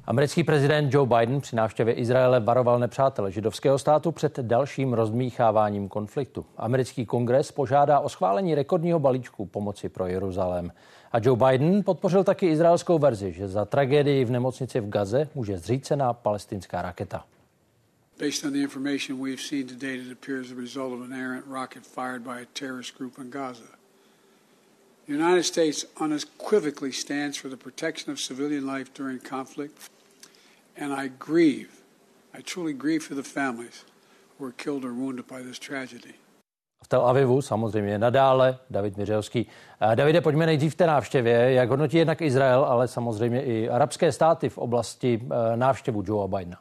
Americký prezident Joe Biden při návštěvě Izraele varoval nepřátele židovského státu před dalším rozdmýcháváním konfliktu. Americký kongres požádá o schválení rekordního balíčku pomoci pro Jeruzalém. A Joe Biden podpořil taky izraelskou verzi, že za tragédii v nemocnici v Gaze může zřícená palestinská raketa. Based on the information we've seen to date, it appears the result of an errant rocket fired by a terrorist group in Gaza. The United States unequivocally stands for the protection of civilian life during conflict, and I truly grieve for the families who were killed or wounded by this tragedy. V Tel Avivu samozřejmě nadále David Miřeovský. Davide, pojďme nejdřív v té návštěvě. Jak hodnotí jednak Izrael, ale samozřejmě i arabské státy v oblasti návštěvu Joea Bidena?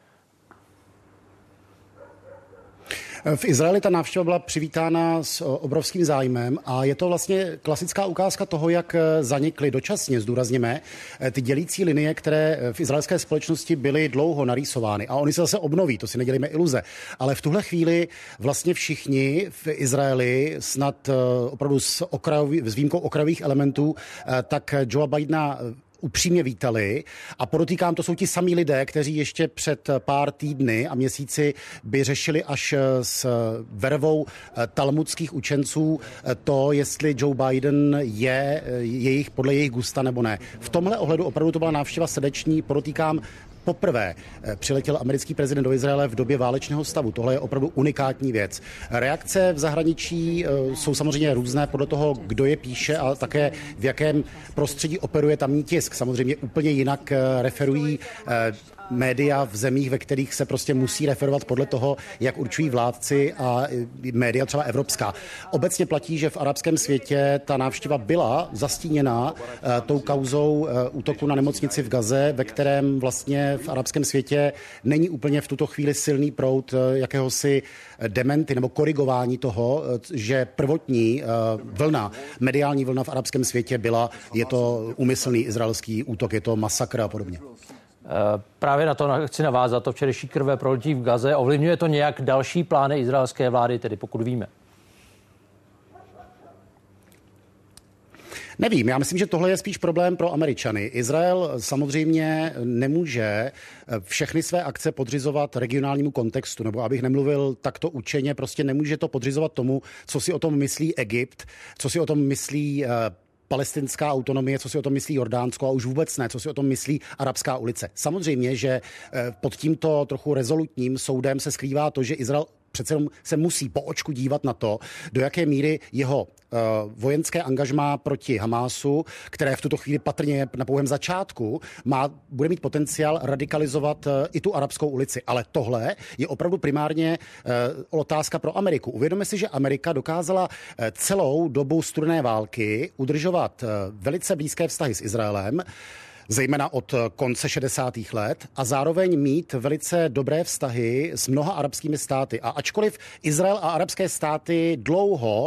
V Izraeli ta návštěva byla přivítána s obrovským zájmem a je to vlastně klasická ukázka toho, jak zanikly dočasně, zdůrazněme, ty dělící linie, které v izraelské společnosti byly dlouho narýsovány. A oni se zase obnoví, to si nedělíme iluze. Ale v tuhle chvíli vlastně všichni v Izraeli, snad opravdu s výjimkou okrajových elementů, tak Joea Bidena upřímně vítali a podotýkám, to jsou ti samí lidé, kteří ještě před pár týdny a měsíci by řešili až s vervou talmudských učenců to, jestli Joe Biden je podle jejich gusta nebo ne. V tomhle ohledu opravdu to byla návštěva srdeční, podotýkám, poprvé přiletěl americký prezident do Izraele v době válečného stavu. Tohle je opravdu unikátní věc. Reakce v zahraničí jsou samozřejmě různé podle toho, kdo je píše a také v jakém prostředí operuje tamní tisk. Samozřejmě úplně jinak referují média v zemích, ve kterých se prostě musí referovat podle toho, jak určují vládci a média třeba evropská. Obecně platí, že v arabském světě ta návštěva byla zastíněná tou kauzou útoku na nemocnici v Gaze, ve kterém vlastně v arabském světě není úplně v tuto chvíli silný proud jakéhosi dementy nebo korigování toho, že prvotní mediální vlna v arabském světě je to úmyslný izraelský útok, je to masakr a podobně. Právě na to chci navázat, to včerejší krve prolití v Gaze. Ovlivňuje to nějak další plány izraelské vlády, tedy pokud víme? Nevím, já myslím, že tohle je spíš problém pro Američany. Izrael samozřejmě nemůže všechny své akce podřizovat regionálnímu kontextu, nebo abych nemluvil takto učeně, prostě nemůže to podřizovat tomu, co si o tom myslí Egypt, co si o tom myslí palestinská autonomie, co si o tom myslí Jordánsko a už vůbec ne, co si o tom myslí Arabská ulice. Samozřejmě, že pod tímto trochu rezolutním soudem se skrývá to, že Izrael přece se musí po očku dívat na to, do jaké míry jeho vojenské angažmá proti Hamásu, které v tuto chvíli patrně je na pouhém začátku, bude mít potenciál radikalizovat i tu arabskou ulici. Ale tohle je opravdu primárně otázka pro Ameriku. Uvědomme si, že Amerika dokázala celou dobu studené války udržovat velice blízké vztahy s Izraelem, zejména od konce 60. let a zároveň mít velice dobré vztahy s mnoha arabskými státy. A ačkoliv Izrael a arabské státy dlouho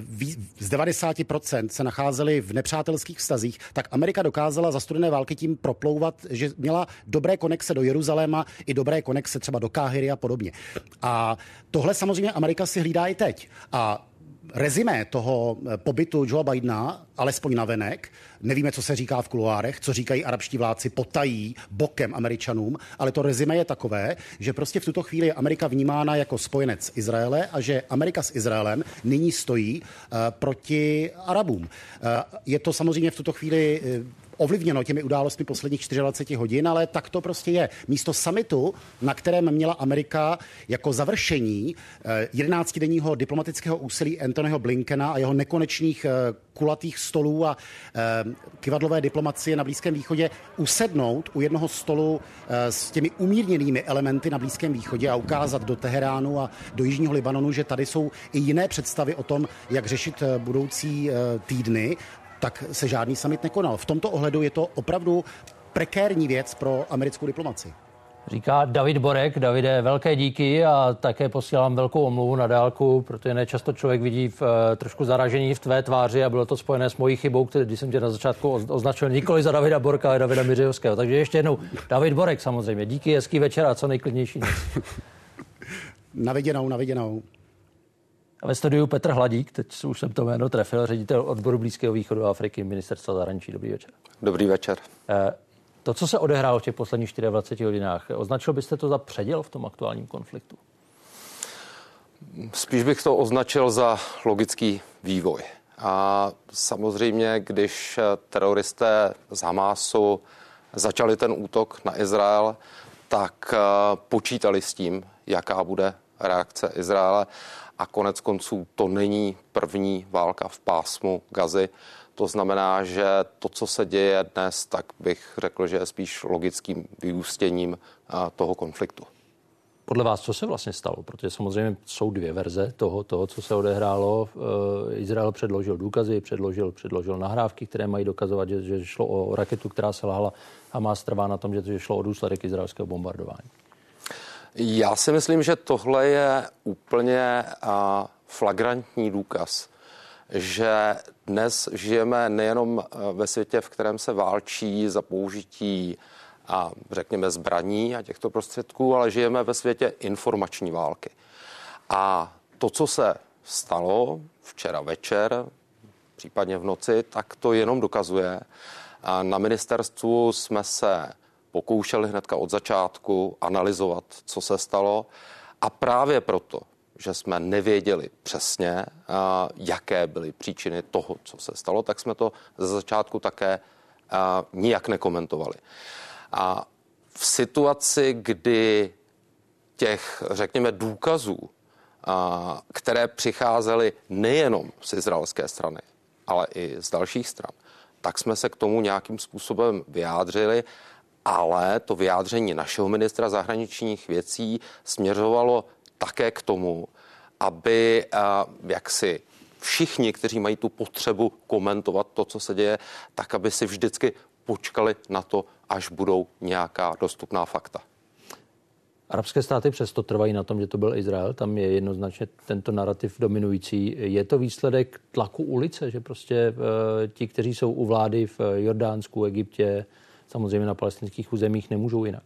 z 90% se nacházely v nepřátelských vztazích, tak Amerika dokázala za studené války tím proplouvat, že měla dobré konexe do Jeruzaléma i dobré konexe třeba do Káhiry a podobně. A tohle samozřejmě Amerika si hlídá i teď. A rezimé toho pobytu Joea Bidena, alespoň navenek, nevíme, co se říká v kuloárech, co říkají arabští vládci, potají bokem Američanům, ale to rezimé je takové, že prostě v tuto chvíli je Amerika vnímána jako spojenec Izraele a že Amerika s Izraelem nyní stojí proti Arabům. Je to samozřejmě v tuto chvíli ovlivněno těmi událostmi posledních 24 hodin, ale tak to prostě je. Místo summitu, na kterém měla Amerika jako završení 11denního diplomatického úsilí Antonyho Blinkena a jeho nekonečných kulatých stolů a kyvadlové diplomacie na Blízkém východě usednout u jednoho stolu s těmi umírněnými elementy na Blízkém východě a ukázat do Teheránu a do Jižního Libanonu, že tady jsou i jiné představy o tom, jak řešit budoucí týdny, tak se žádný summit nekonal. V tomto ohledu je to opravdu prekérní věc pro americkou diplomaci. Říká David Borek. Davide, velké díky a také posílám velkou omluvu na dálku, protože nečasto člověk vidí trošku zaražení v tvé tváři a bylo to spojené s mojí chybou, když jsem tě na začátku označil nikoli za Davida Borka, ale Davida Miřejovského. Takže ještě jednou David Borek samozřejmě. Díky, hezký večer a co nejklidnější noc. Na viděnou. A ve studiu Petr Hladík, teď už jsem to jméno trefil, ředitel odboru Blízkého východu a Afriky, Ministerstva zahraničí. Dobrý večer. Dobrý večer. To, co se odehrálo v těch posledních 24 hodinách, označil byste to za předěl v tom aktuálním konfliktu? Spíš bych to označil za logický vývoj. A samozřejmě, když teroristé z Hamásu začali ten útok na Izrael, tak počítali s tím, jaká bude reakce Izraele. A konec konců to není první válka v pásmu Gazy. To znamená, že to, co se děje dnes, tak bych řekl, že je spíš logickým vyústěním toho konfliktu. Podle vás, co se vlastně stalo? Protože samozřejmě jsou dvě verze toho, co se odehrálo. Izrael předložil důkazy, předložil nahrávky, které mají dokazovat, že šlo o raketu, která selhala. Hamás trvá na tom, že šlo o důsledek izraelského bombardování. Já si myslím, že tohle je úplně flagrantní důkaz, že dnes žijeme nejenom ve světě, v kterém se válčí za použití a řekněme zbraní a těchto prostředků, ale žijeme ve světě informační války. A to, co se stalo včera večer, případně v noci, tak to jenom dokazuje. A na ministerstvu jsme se pokoušeli hnedka od začátku analyzovat, co se stalo, a právě proto, že jsme nevěděli přesně, jaké byly příčiny toho, co se stalo, tak jsme to ze začátku také nijak nekomentovali. A v situaci, kdy těch, řekněme, důkazů, které přicházely nejenom z izraelské strany, ale i z dalších stran, tak jsme se k tomu nějakým způsobem vyjádřili, ale to vyjádření našeho ministra zahraničních věcí směřovalo také k tomu, aby jaksi všichni, kteří mají tu potřebu komentovat to, co se děje, tak aby si vždycky počkali na to, až budou nějaká dostupná fakta. Arabské státy přesto trvají na tom, že to byl Izrael. Tam je jednoznačně tento narrativ dominující. Je to výsledek tlaku ulice, že prostě ti, kteří jsou u vlády v Jordánsku, Egyptě, samozřejmě na palestinských územích, nemůžou jinak?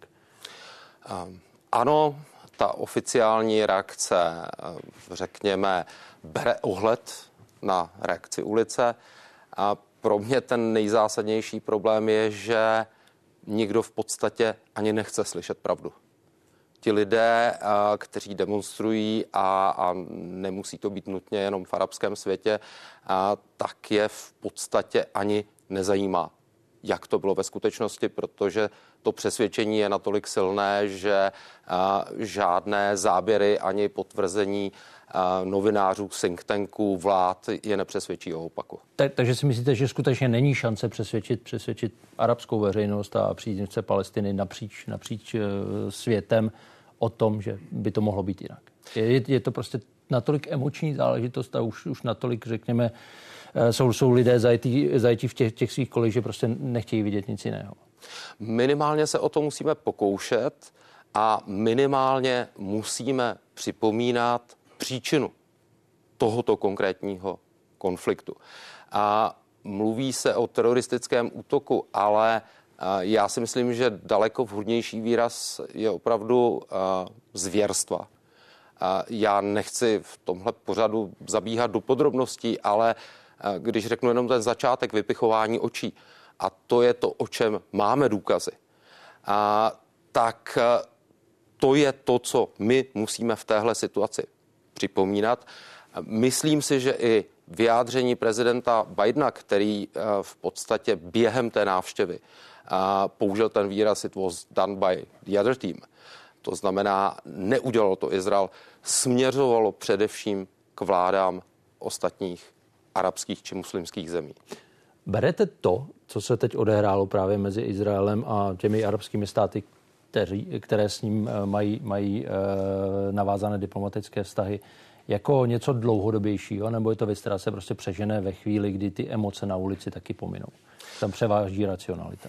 Ano, ta oficiální reakce, řekněme, bere ohled na reakci ulice. A pro mě ten nejzásadnější problém je, že nikdo v podstatě ani nechce slyšet pravdu. Ti lidé, kteří demonstrují a nemusí to být nutně jenom v arabském světě, tak je v podstatě ani nezajímá, jak to bylo ve skutečnosti, protože to přesvědčení je natolik silné, že žádné záběry ani potvrzení novinářů, think tanků, vlád je nepřesvědčí o opaku. Takže si myslíte, že skutečně není šance přesvědčit arabskou veřejnost a příznivce Palestiny napříč světem o tom, že by to mohlo být jinak? Je to prostě natolik emoční záležitost a už natolik, řekněme, jsou lidé zajetí v těch svých kolích, že prostě nechtějí vidět nic jiného. Minimálně se o to musíme pokoušet a minimálně musíme připomínat příčinu tohoto konkrétního konfliktu. A mluví se o teroristickém útoku, ale já si myslím, že daleko vhodnější výraz je opravdu zvěrstva. Já nechci v tomhle pořadu zabíhat do podrobností, ale když řeknu jenom ten začátek vypichování očí, a to je to, o čem máme důkazy, tak to je to, co my musíme v téhle situaci připomínat. Myslím si, že i vyjádření prezidenta Bidena, který v podstatě během té návštěvy použil ten výraz "it was done by the other team", to znamená, neudělal to Izrael, směřovalo především k vládám ostatních arabských či muslimských zemí. Berete to, co se teď odehrálo právě mezi Izraelem a těmi arabskými státy, které s ním mají navázané diplomatické vztahy, jako něco dlouhodobější, nebo je to věc, která se prostě přežene ve chvíli, kdy ty emoce na ulici taky pominou? Tam převáží racionalita.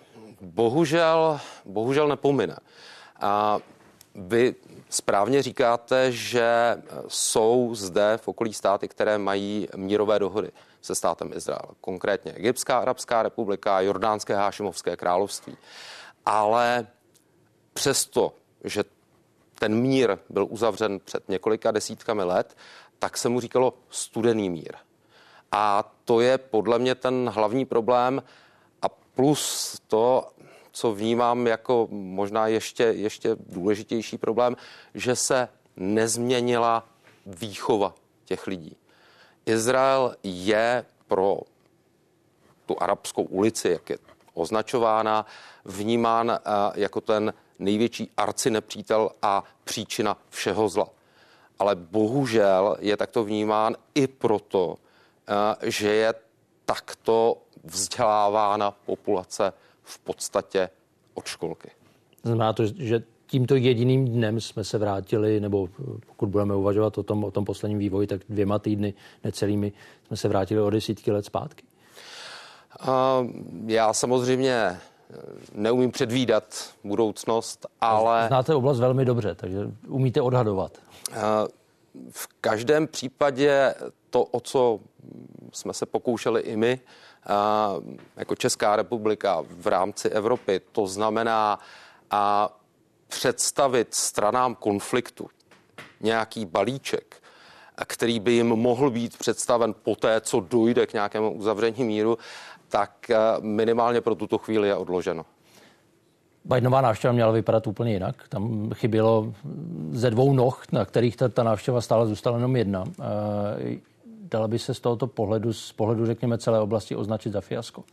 Bohužel nepomine. A vy správně říkáte, že jsou zde v okolí státy, které mají mírové dohody se státem Izrael. Konkrétně Egyptská arabská republika, Jordánské hášimovské království. Ale přesto, že ten mír byl uzavřen před několika desítkami let, tak se mu říkalo studený mír. A to je podle mě ten hlavní problém. A plus to, co vnímám jako možná ještě důležitější problém, že se nezměnila výchova těch lidí. Izrael je pro tu arabskou ulici, jak je označována, vnímán jako ten největší arcinepřítel a příčina všeho zla. Ale bohužel je takto vnímán i proto, že je takto vzdělávána populace v podstatě od školky. Znamená to, že tímto jediným dnem jsme se vrátili, nebo pokud budeme uvažovat o tom posledním vývoji, tak 2 týdny necelými jsme se vrátili o desítky let zpátky? Já samozřejmě neumím předvídat budoucnost, ale... Znáte oblast velmi dobře, takže umíte odhadovat. V každém případě to, o co jsme se pokoušeli i my, jako Česká republika v rámci Evropy, to znamená představit stranám konfliktu nějaký balíček, který by jim mohl být představen poté, co dojde k nějakému uzavření míru, tak minimálně pro tuto chvíli je odloženo. Bidenová návštěva měla vypadat úplně jinak. Tam chybělo ze 2 noh, na kterých ta návštěva stále zůstala jenom 1. Dala by se z tohoto pohledu, řekněme, celé oblasti označit za fiasko?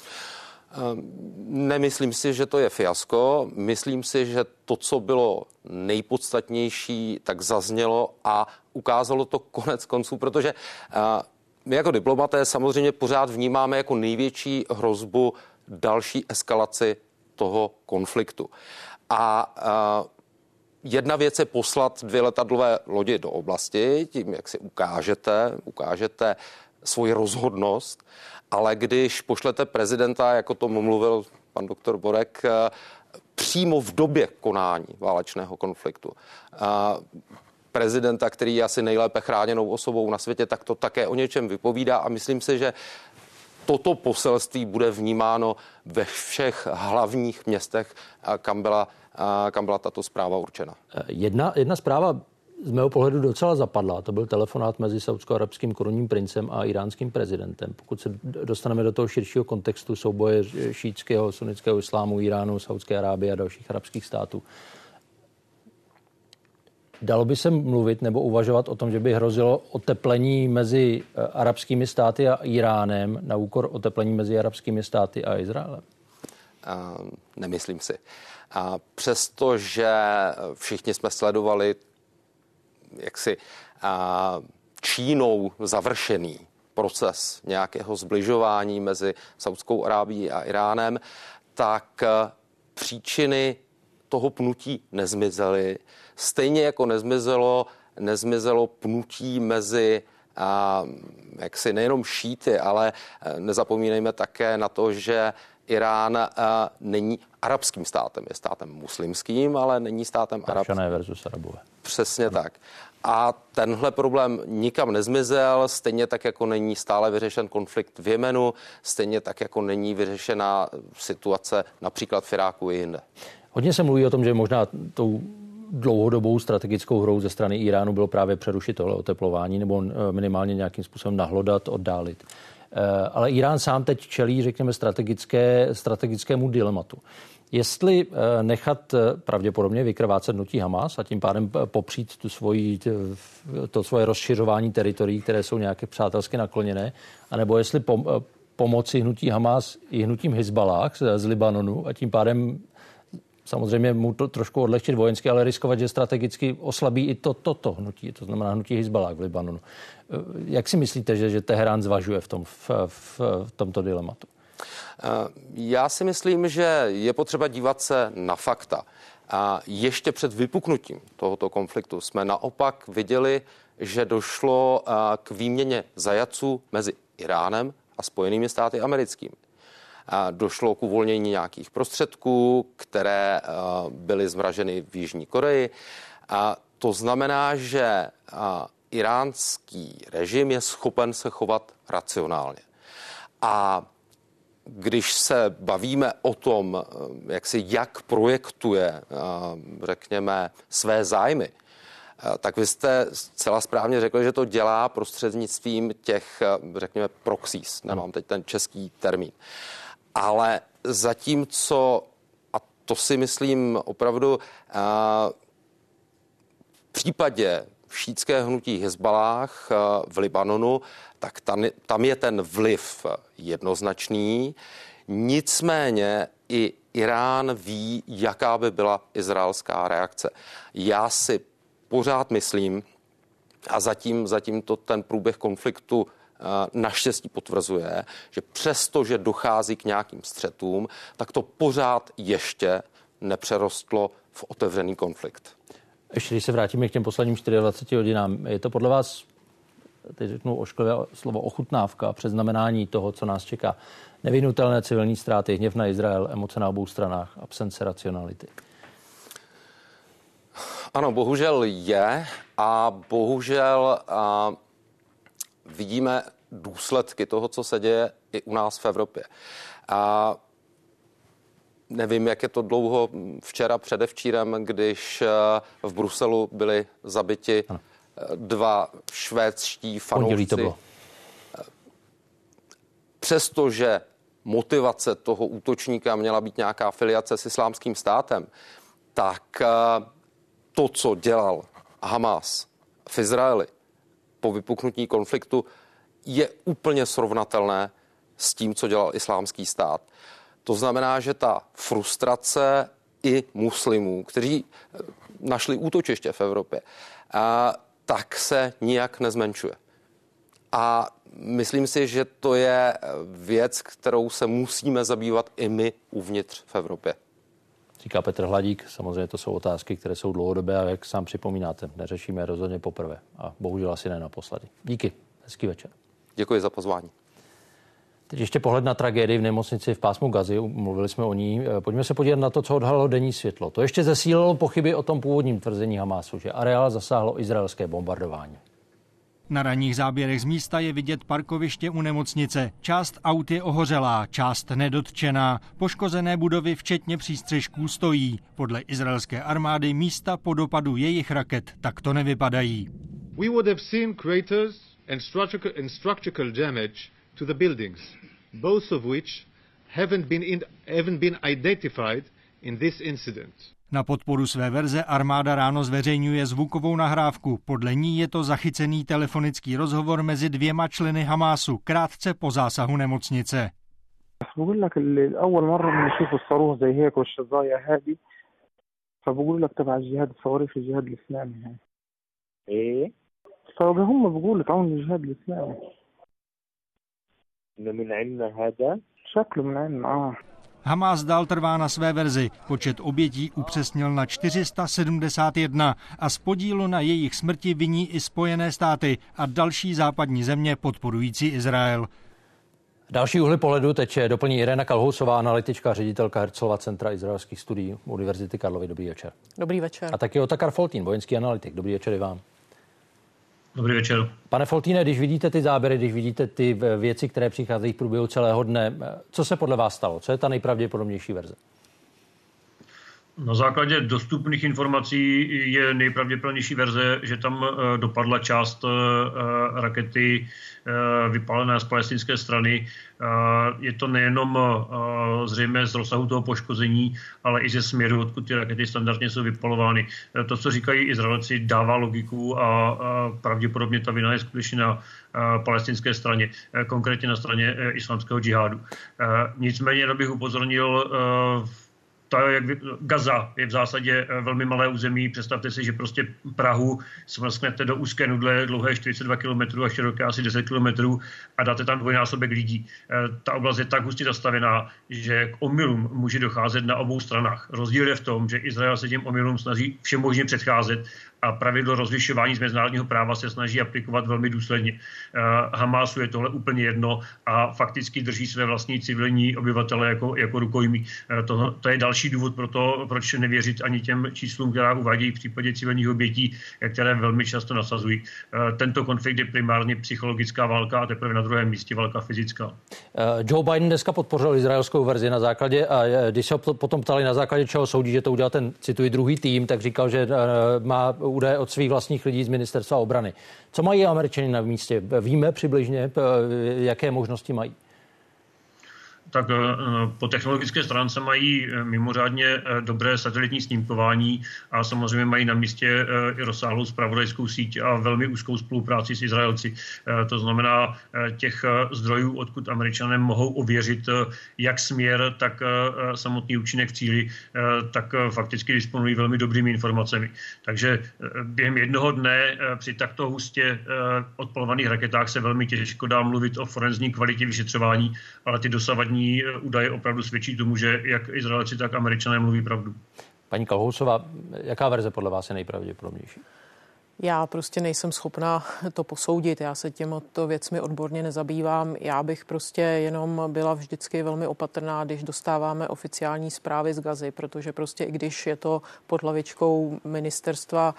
Nemyslím si, že to je fiasko. Myslím si, že to, co bylo nejpodstatnější, tak zaznělo a ukázalo to konec konců, protože my jako diplomaté samozřejmě pořád vnímáme jako největší hrozbu další eskalaci toho konfliktu. A jedna věc je poslat 2 letadlové lodi do oblasti, tím, jak si ukážete svoji rozhodnost, ale když pošlete prezidenta, jako to mluvil pan doktor Borek, přímo v době konání válečného konfliktu, prezidenta, který je asi nejlépe chráněnou osobou na světě, tak to také o něčem vypovídá a myslím si, že toto poselství bude vnímáno ve všech hlavních městech, kam byla tato zpráva určena. Jedna zpráva z mého pohledu docela zapadla. To byl telefonát mezi saúdsko-arabským korunním princem a iránským prezidentem. Pokud se dostaneme do toho širšího kontextu souboje šítského, sunnického islámu, Iránu, Saúdské Arábie a dalších arabských států, dalo by se mluvit nebo uvažovat o tom, že by hrozilo oteplení mezi arabskými státy a Iránem na úkor oteplení mezi arabskými státy a Izraelem? Nemyslím si. Přestože všichni jsme sledovali jaksi Čínou završený proces nějakého zbližování mezi Saúdskou Arábií a Iránem, tak příčiny toho pnutí nezmizely. Stejně jako nezmizelo pnutí mezi jaksi nejenom šíty, ale nezapomínejme také na to, že Irán není arabským státem. Je státem muslimským, ale není státem arabským. Peršané versus Arabové. Přesně tak. A tenhle problém nikam nezmizel, stejně tak, jako není stále vyřešen konflikt v Jemenu, stejně tak, jako není vyřešená situace například v Iráku i jinde. Hodně se mluví o tom, že možná tou dlouhodobou strategickou hrou ze strany Iránu bylo právě přerušit tohle oteplování nebo minimálně nějakým způsobem nahlodat, oddálit. Ale Irán sám teď čelí, řekněme, strategickému dilematu. Jestli nechat pravděpodobně vykrvácet hnutí Hamas a tím pádem popřít to svoje rozšiřování teritorií, které jsou nějaké přátelsky nakloněné, anebo jestli pomoci hnutí Hamas i hnutím Hizballah z Libanonu a tím pádem samozřejmě mu to trošku odlehčit vojensky, ale riskovat, že strategicky oslabí i toto hnutí, to znamená hnutí Hizballah v Libanonu. Jak si myslíte, že Teherán zvažuje v tomto dilematu? Já si myslím, že je potřeba dívat se na fakta. A ještě před vypuknutím tohoto konfliktu jsme naopak viděli, že došlo k výměně zajatců mezi Iránem a Spojenými státy americkými. Došlo k uvolnění nějakých prostředků, které byly zmraženy v Jižní Koreji. A to znamená, že iránský režim je schopen se chovat racionálně. A když se bavíme o tom, jak projektuje, řekněme, své zájmy, tak vy jste zcela správně řekl, že to dělá prostřednictvím těch, řekněme, proxies. Nemám teď ten český termín. Ale zatímco to si myslím opravdu v případě šítské hnutí Hizballáh v Libanonu, tak tam je ten vliv jednoznačný. Nicméně i Irán ví, jaká by byla izraelská reakce. Já si pořád myslím, a zatím to ten průběh konfliktu naštěstí potvrzuje, že přesto, že dochází k nějakým střetům, tak to pořád ještě nepřerostlo v otevřený konflikt. Ještě když se vrátíme k těm posledním 24 hodinám, je to podle vás, teď řeknu ošklivé slovo, ochutnávka, předznamenání toho, co nás čeká? Nevyhnutelné civilní ztráty, hněv na Izrael, emoce na obou stranách, absence racionality. Ano, bohužel je a bohužel vidíme důsledky toho, co se děje i u nás v Evropě. Nevím, jak je to dlouho, včera předevčírem, když v Bruselu byli zabiti 2 švédští fanoušci. Přestože motivace toho útočníka měla být nějaká filiace s Islámským státem, tak to, co dělal Hamas v Izraeli po vypuknutí konfliktu, je úplně srovnatelné s tím, co dělal Islámský stát. To znamená, že ta frustrace i muslimů, kteří našli útočiště v Evropě, tak se nijak nezmenšuje. A myslím si, že to je věc, kterou se musíme zabývat i my uvnitř v Evropě. Říká Petr Hladík, samozřejmě to jsou otázky, které jsou dlouhodobé a jak sám připomínáte, neřešíme je rozhodně poprvé a bohužel asi ne naposledy. Díky, hezký večer. Děkuji za pozvání. Teď ještě pohled na tragédii v nemocnici v pásmu Gazy, mluvili jsme o ní. Pojďme se podívat na to, co odhalilo denní světlo. To ještě zesílilo pochyby o tom původním tvrzení Hamásu, že areál zasáhlo izraelské bombardování. Na ranních záběrech z místa je vidět parkoviště u nemocnice. Část aut je ohořelá, část nedotčená. Poškozené budovy včetně přístřešků stojí. Podle izraelské armády místa po dopadu jejich raket takto nevypadají. We would have seen craters and structural damage to the buildings, both of which haven't been identified in this incident. Na podporu své verze armáda ráno zveřejňuje zvukovou nahrávku. Podle ní je to zachycený telefonický rozhovor mezi 2 členy Hamásu krátce po zásahu nemocnice. Hamás dál trvá na své verzi. Počet obětí upřesnil na 471 a z podílu na jejich smrti viní i Spojené státy a další západní země podporující Izrael. Další úhly pohledu teď doplní Irena Kalhousová, analytička, ředitelka Herzlova centra izraelských studií Univerzity Karlovy. Dobrý večer. Dobrý večer. A taky Otakar Foltín, vojenský analytik. Dobrý večer i vám. Dobrý večer. Pane Foltíne, když vidíte ty záběry, když vidíte ty věci, které přicházejí v průběhu celého dne, co se podle vás stalo? Co je ta nejpravděpodobnější verze? Na základě dostupných informací je nejpravděpodobnější verze, že tam dopadla část rakety vypálené z palestinské strany. Je to nejenom zřejmě z rozsahu toho poškození, ale i ze směru, odkud ty rakety standardně jsou vypalovány. To, co říkají Izraelci, dává logiku a pravděpodobně ta vina je skutečně na palestinské straně, konkrétně na straně islámského džihádu. Nicméně bych upozornil, Gaza je v zásadě velmi malé území. Představte si, že prostě Prahu smrsknete do úzké nudle dlouhé 42 km a široké asi 10 km a dáte tam dvojnásobek lidí. Ta oblast je tak hustě zastavená, že k omylům může docházet na obou stranách. Rozdíl je v tom, že Izrael se těm omylům snaží všemožně předcházet a pravidlo rozlišování z mezinárodního práva se snaží aplikovat velmi důsledně. Hamásu je tohle úplně jedno a fakticky drží své vlastní civilní obyvatele jako rukojmí. To je další důvod pro to, proč nevěřit ani těm číslům, která uvádějí v případě civilních obětí, které velmi často nasazují. Tento konflikt je primárně psychologická válka a teprve na druhém místě válka fyzická. Joe Biden dneska podpořil izraelskou verzi na základě, a když se ho potom ptali na základě čeho soudí, že to udělal ten, cituji, druhý tým, tak říkal, že má údaje od svých vlastních lidí z ministerstva obrany. Co mají Američani na místě? Víme přibližně, jaké možnosti mají? Tak po technologické stránce mají mimořádně dobré satelitní snímkování a samozřejmě mají na místě i rozsáhlou zpravodajskou síť a velmi úzkou spolupráci s Izraelci. To znamená těch zdrojů, odkud Američané mohou ověřit jak směr, tak samotný účinek v cíli, tak fakticky disponují velmi dobrými informacemi. Takže během jednoho dne při takto hustě odpalovaných raketách se velmi těžko dá mluvit o forenzní kvalitě vyšetřování, ale ty dosavadní údaje opravdu svědčí tomu, že jak Izraelci, tak Američané mluví pravdu. Paní Kalhousová, jaká verze podle vás je nejpravděpodobnější? Já prostě nejsem schopna to posoudit. Já se těmito věcmi odborně nezabývám. Já bych prostě jenom byla vždycky velmi opatrná, když dostáváme oficiální zprávy z Gazy, protože prostě i když je to pod hlavičkou ministerstva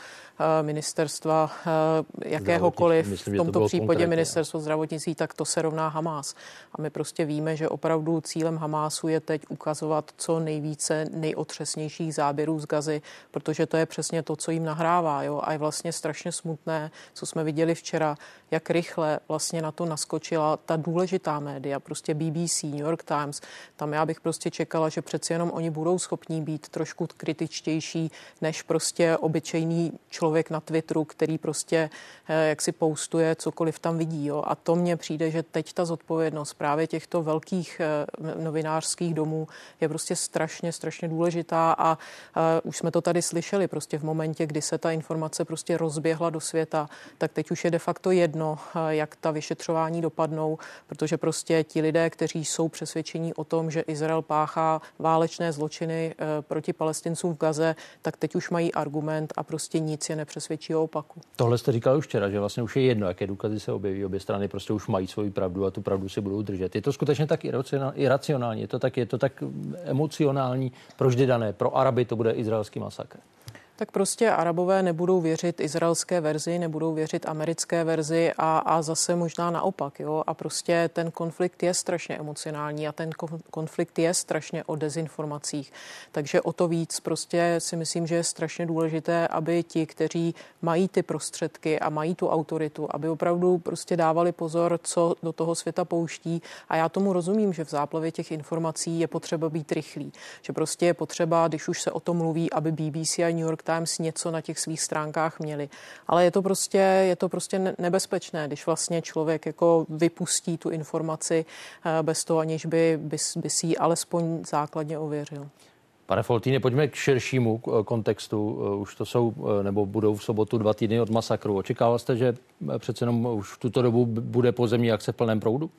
jakéhokoliv, v tomto případě ministerstvo zdravotnictví, tak to se rovná Hamás. A my prostě víme, že opravdu cílem Hamásu je teď ukazovat co nejvíce nejotřesnějších záběrů z Gazy, protože to je přesně to, co jim nahrává. Jo? A je vlastně strašně smutné, co jsme viděli včera, jak rychle vlastně na to naskočila ta důležitá média, prostě BBC, New York Times. Tam já bych prostě čekala, že přeci jenom oni budou schopní být trošku kritičtější než prostě obyčejný člověk na Twitteru, který prostě jak si postuje, cokoliv tam vidí. Jo. A to mně přijde, že teď ta zodpovědnost právě těchto velkých novinářských domů je prostě strašně důležitá a už jsme to tady slyšeli prostě v momentě, kdy se ta informace prostě rozběhla do světa, tak teď už je de facto jedno, jak ta vyšetřování dopadnou, protože prostě ti lidé, kteří jsou přesvědčení o tom, že Izrael páchá válečné zločiny proti Palestincům v Gaze, tak teď už mají argument a prostě nic je nepřesvědčí o opaku. Tohle jste říkal už včera, že vlastně už je jedno, jaké důkazy se objeví, obě strany prostě už mají svoji pravdu a tu pravdu si budou držet. Je to skutečně tak iracionální, je to tak emocionální, pro vždy dané, pro Araby to bude izraelský masakr. Tak prostě Arabové nebudou věřit izraelské verzi, nebudou věřit americké verzi a zase možná naopak. Jo? A prostě ten konflikt je strašně emocionální a ten konflikt je strašně o dezinformacích. Takže o to víc prostě si myslím, že je strašně důležité, aby ti, kteří mají ty prostředky a mají tu autoritu, aby opravdu prostě dávali pozor, co do toho světa pouští. A já tomu rozumím, že v záplavě těch informací je potřeba být rychlý. Že prostě je potřeba, když už se o tom mluví, aby BBC a New York Times něco na těch svých stránkách měli. Ale je to prostě nebezpečné, když vlastně člověk jako vypustí tu informaci bez toho, aniž by si ji alespoň základně ověřil. Pane Foltýne, pojďme k širšímu kontextu. Už to jsou, nebo budou v sobotu 2 týdny od masakru. Očekával jste, že přece jenom už v tuto dobu bude pozemní akce v plném proudu?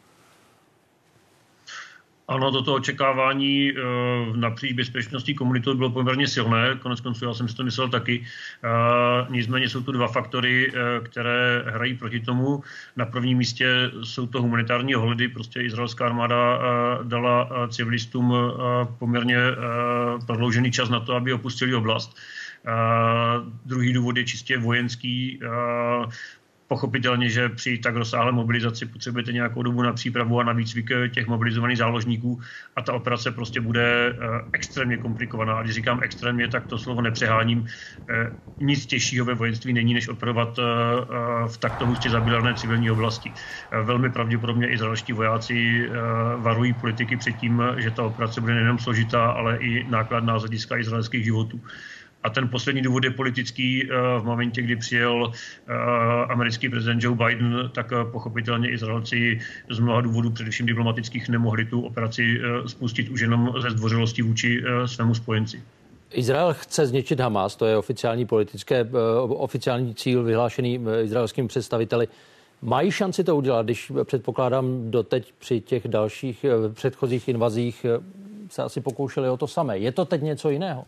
Ano, toto očekávání napříč bezpečnostní komunitou bylo poměrně silné, koneckonců já jsem si to myslel taky. Nicméně jsou tu dva faktory, které hrají proti tomu. Na prvním místě jsou to humanitární ohledy, prostě izraelská armáda dala civilistům poměrně prodloužený čas na to, aby opustili oblast. Druhý důvod je čistě vojenský. Pochopitelně, že při tak rozsáhlé mobilizaci potřebujete nějakou dobu na přípravu a na výcvik těch mobilizovaných záložníků a ta operace prostě bude extrémně komplikovaná. A když říkám extrémně, tak to slovo nepřeháním. Nic těžšího ve vojenství není, než operovat v takto hustě zabydlené civilní oblasti. Velmi pravděpodobně izraelští vojáci varují politiky před tím, že ta operace bude nejen složitá, ale i nákladná z hlediska izraelských životů. A ten poslední důvod je politický. V momentě, kdy přijel americký prezident Joe Biden, tak pochopitelně Izraelci z mnoha důvodů, především diplomatických, nemohli tu operaci spustit už jenom ze zdvořilosti vůči svému spojenci. Izrael chce zničit Hamás, to je oficiální cíl vyhlášený izraelskými představiteli. Mají šanci to udělat, když předpokládám doteď při těch dalších předchozích invazích se asi pokoušeli o to samé. Je to teď něco jiného?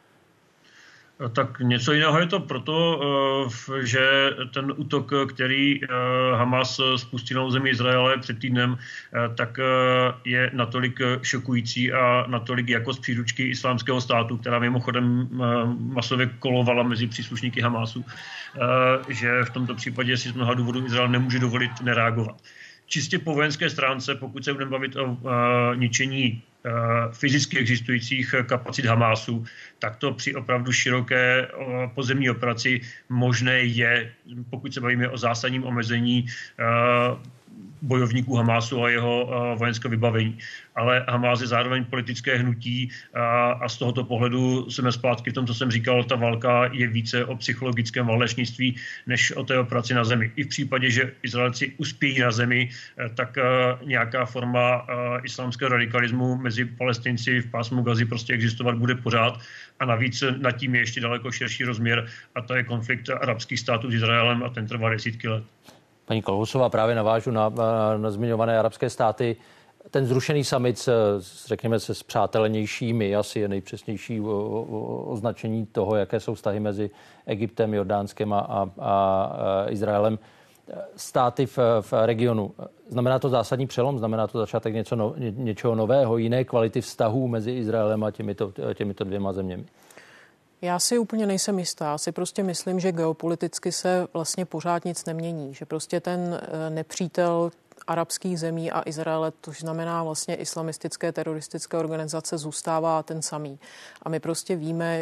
Tak něco jiného je to proto, že ten útok, který Hamas spustil na území Izraele před týdnem, tak je natolik šokující a natolik jako z příručky Islámského státu, která mimochodem masově kolovala mezi příslušníky Hamasu, že v tomto případě si z mnoha důvodů Izrael nemůže dovolit nereagovat. Čistě po vojenské stránce, pokud se budeme bavit o ničení fyzicky existujících kapacit Hamásu, tak to při opravdu široké pozemní operaci možné je, pokud se bavíme o zásadním omezení bojovníků Hamásu a jeho vojenského vybavení. Ale Hamás je zároveň politické hnutí a z tohoto pohledu jsme zpátky v tom, co jsem říkal, ta válka je více o psychologickém válečnictví, než o té operaci na zemi. I v případě, že Izraelci uspějí na zemi, tak nějaká forma islámského radikalismu mezi Palestinci v pásmu Gazy prostě existovat bude pořád. A navíc nad tím je ještě daleko širší rozměr a to je konflikt arabských států s Izraelem a ten trvá desítky let. Paní Kolhousová, právě navážu na zmiňované arabské státy. Ten zrušený summit, řekněme se spřátelenějšími, asi je nejpřesnější označení toho, jaké jsou vztahy mezi Egyptem, Jordánskem a Izraelem. Státy v regionu. Znamená to zásadní přelom? Znamená to začátek něčeho nového, jiné kvality vztahů mezi Izraelem a těmito dvěma zeměmi? Já si úplně nejsem jistá. Já si prostě myslím, že geopoliticky se vlastně pořád nic nemění. Že prostě ten nepřítel arabských zemí a Izraele, to znamená vlastně islamistické teroristické organizace, zůstává ten samý. A my prostě víme,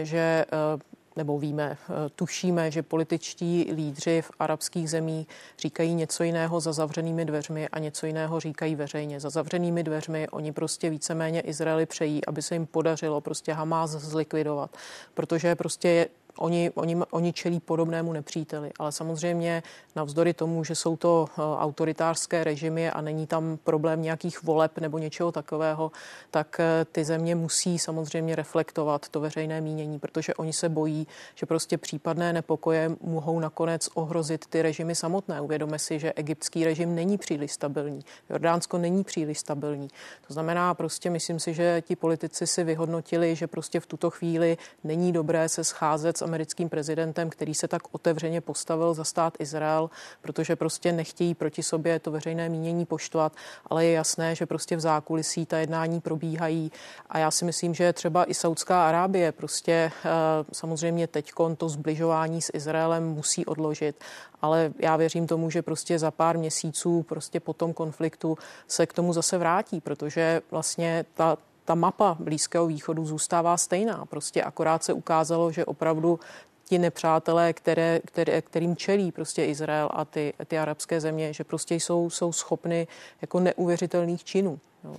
tušíme, že političtí lídři v arabských zemích říkají něco jiného za zavřenými dveřmi a něco jiného říkají veřejně. Za zavřenými dveřmi oni prostě víceméně Izraeli přejí, aby se jim podařilo prostě Hamás zlikvidovat, protože prostě Oni čelí podobnému nepříteli, ale samozřejmě navzdory tomu, že jsou to autoritářské režimy a není tam problém nějakých voleb nebo něčeho takového, tak ty země musí samozřejmě reflektovat to veřejné mínění, protože oni se bojí, že prostě případné nepokoje mohou nakonec ohrozit ty režimy samotné. Uvědomme si, že egyptský režim není příliš stabilní, Jordánsko není příliš stabilní. To znamená prostě, myslím si, že ti politici si vyhodnotili, že prostě v tuto chvíli není dobré se scházet s americkým prezidentem, který se tak otevřeně postavil za stát Izrael, protože prostě nechtějí proti sobě to veřejné mínění poštvat, ale je jasné, že prostě v zákulisí ta jednání probíhají a já si myslím, že třeba i Saudská Arábie prostě samozřejmě teďkon to zbližování s Izraelem musí odložit, ale já věřím tomu, že prostě za pár měsíců prostě po tom konfliktu se k tomu zase vrátí, protože vlastně ta mapa Blízkého východu zůstává stejná. Prostě akorát se ukázalo, že opravdu ti nepřátelé, kterým čelí prostě Izrael a ty arabské země, že prostě jsou schopny jako neuvěřitelných činů. Jo.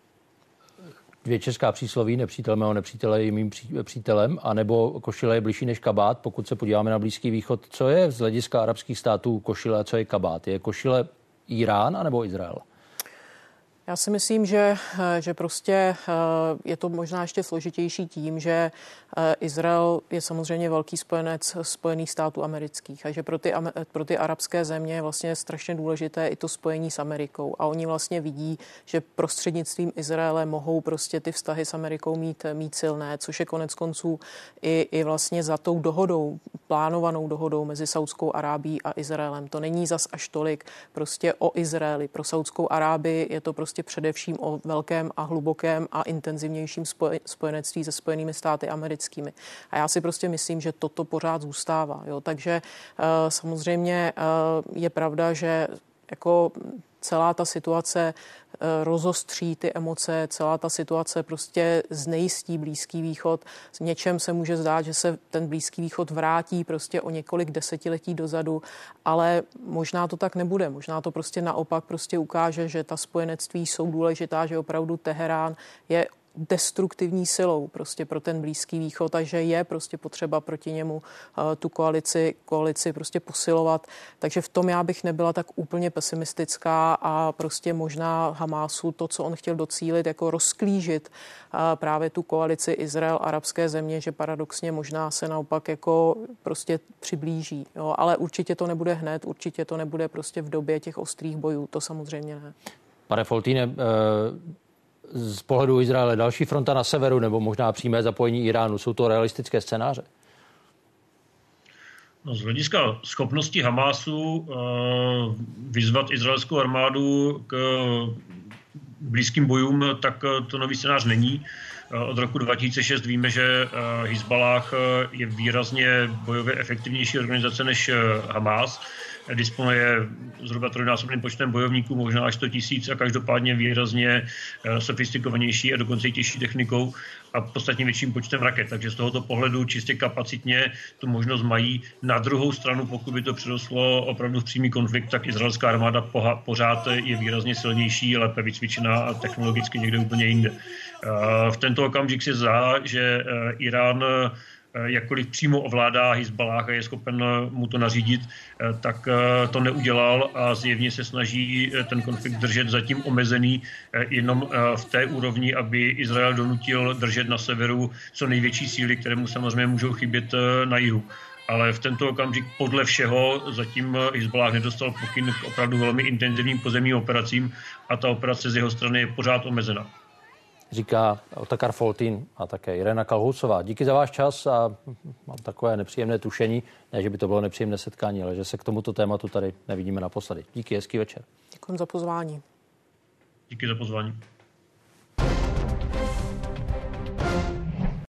Dvě česká přísloví, nepřítel mého nepřítele je mým přítelem, anebo košile je bližší než kabát. Pokud se podíváme na Blízký východ, co je z hlediska arabských států košile a co je kabát? Je košile Irán anebo Izrael? Já si myslím, že prostě je to možná ještě složitější tím, že Izrael je samozřejmě velký spojenec Spojených států amerických a že pro ty arabské země je vlastně strašně důležité i to spojení s Amerikou. A oni vlastně vidí, že prostřednictvím Izraele mohou prostě ty vztahy s Amerikou mít silné, což je konec konců i vlastně za tou dohodou, plánovanou dohodou mezi Saudskou Arábií a Izraelem. To není zas až tolik prostě o Izraeli. Pro Saudskou Arábii je to prostě především o velkém a hlubokém a intenzivnějším spojenectví se Spojenými státy americkými. A já si prostě myslím, že toto pořád zůstává. Jo? Takže samozřejmě je pravda, že jako celá ta situace rozostří ty emoce, celá ta situace prostě znejistí Blízký východ. V něčem se může zdát, že se ten Blízký východ vrátí prostě o několik desetiletí dozadu, ale možná to tak nebude. Možná to prostě naopak prostě ukáže, že ta spojenectví jsou důležitá, že opravdu Teherán je destruktivní silou prostě pro ten Blízký východ a že je prostě potřeba proti němu tu koalici prostě posilovat. Takže v tom já bych nebyla tak úplně pesimistická a prostě možná Hamásu to, co on chtěl docílit, jako rozklížit právě tu koalici Izrael, arabské země, že paradoxně možná se naopak jako prostě přiblíží. Jo, ale určitě to nebude hned, určitě to nebude prostě v době těch ostrých bojů, to samozřejmě ne. Pane Foltýne, z pohledu Izraele další fronta na severu nebo možná přímé zapojení Iránu. Jsou to realistické scénáře? No, z hlediska schopnosti Hamásu vyzvat izraelskou armádu k blízkým bojům, tak to nový scénář není. Od roku 2006 víme, že Hizballáh je výrazně bojově efektivnější organizace než Hamás. disponuje zhruba trojnásobným počtem bojovníků, možná až 100 000 a každopádně výrazně sofistikovanější a dokonce i těžší technikou a podstatně větším počtem raket. Takže z tohoto pohledu čistě kapacitně tu možnost mají. Na druhou stranu, pokud by to přirostlo opravdu v přímý konflikt, tak izraelská armáda pořád je výrazně silnější, lépe vycvičená a technologicky někde úplně jinde. V tento okamžik se zdá, že Irán jakkoliv přímo ovládá Hizballáh a je schopen mu to nařídit, tak to neudělal a zjevně se snaží ten konflikt držet zatím omezený jenom v té úrovni, aby Izrael donutil držet na severu co největší síly, které mu samozřejmě můžou chybět na jihu. Ale v tento okamžik podle všeho zatím Hizballáh nedostal pokyn k opravdu velmi intenzivním pozemním operacím a ta operace z jeho strany je pořád omezena. Říká Otakar Foltýn a také Irena Kalhousová. Díky za váš čas a mám takové nepříjemné tušení, ne, že by to bylo nepříjemné setkání, ale že se k tomuto tématu tady nevidíme naposledy. Díky, hezký večer. Děkuji za pozvání. Díky za pozvání.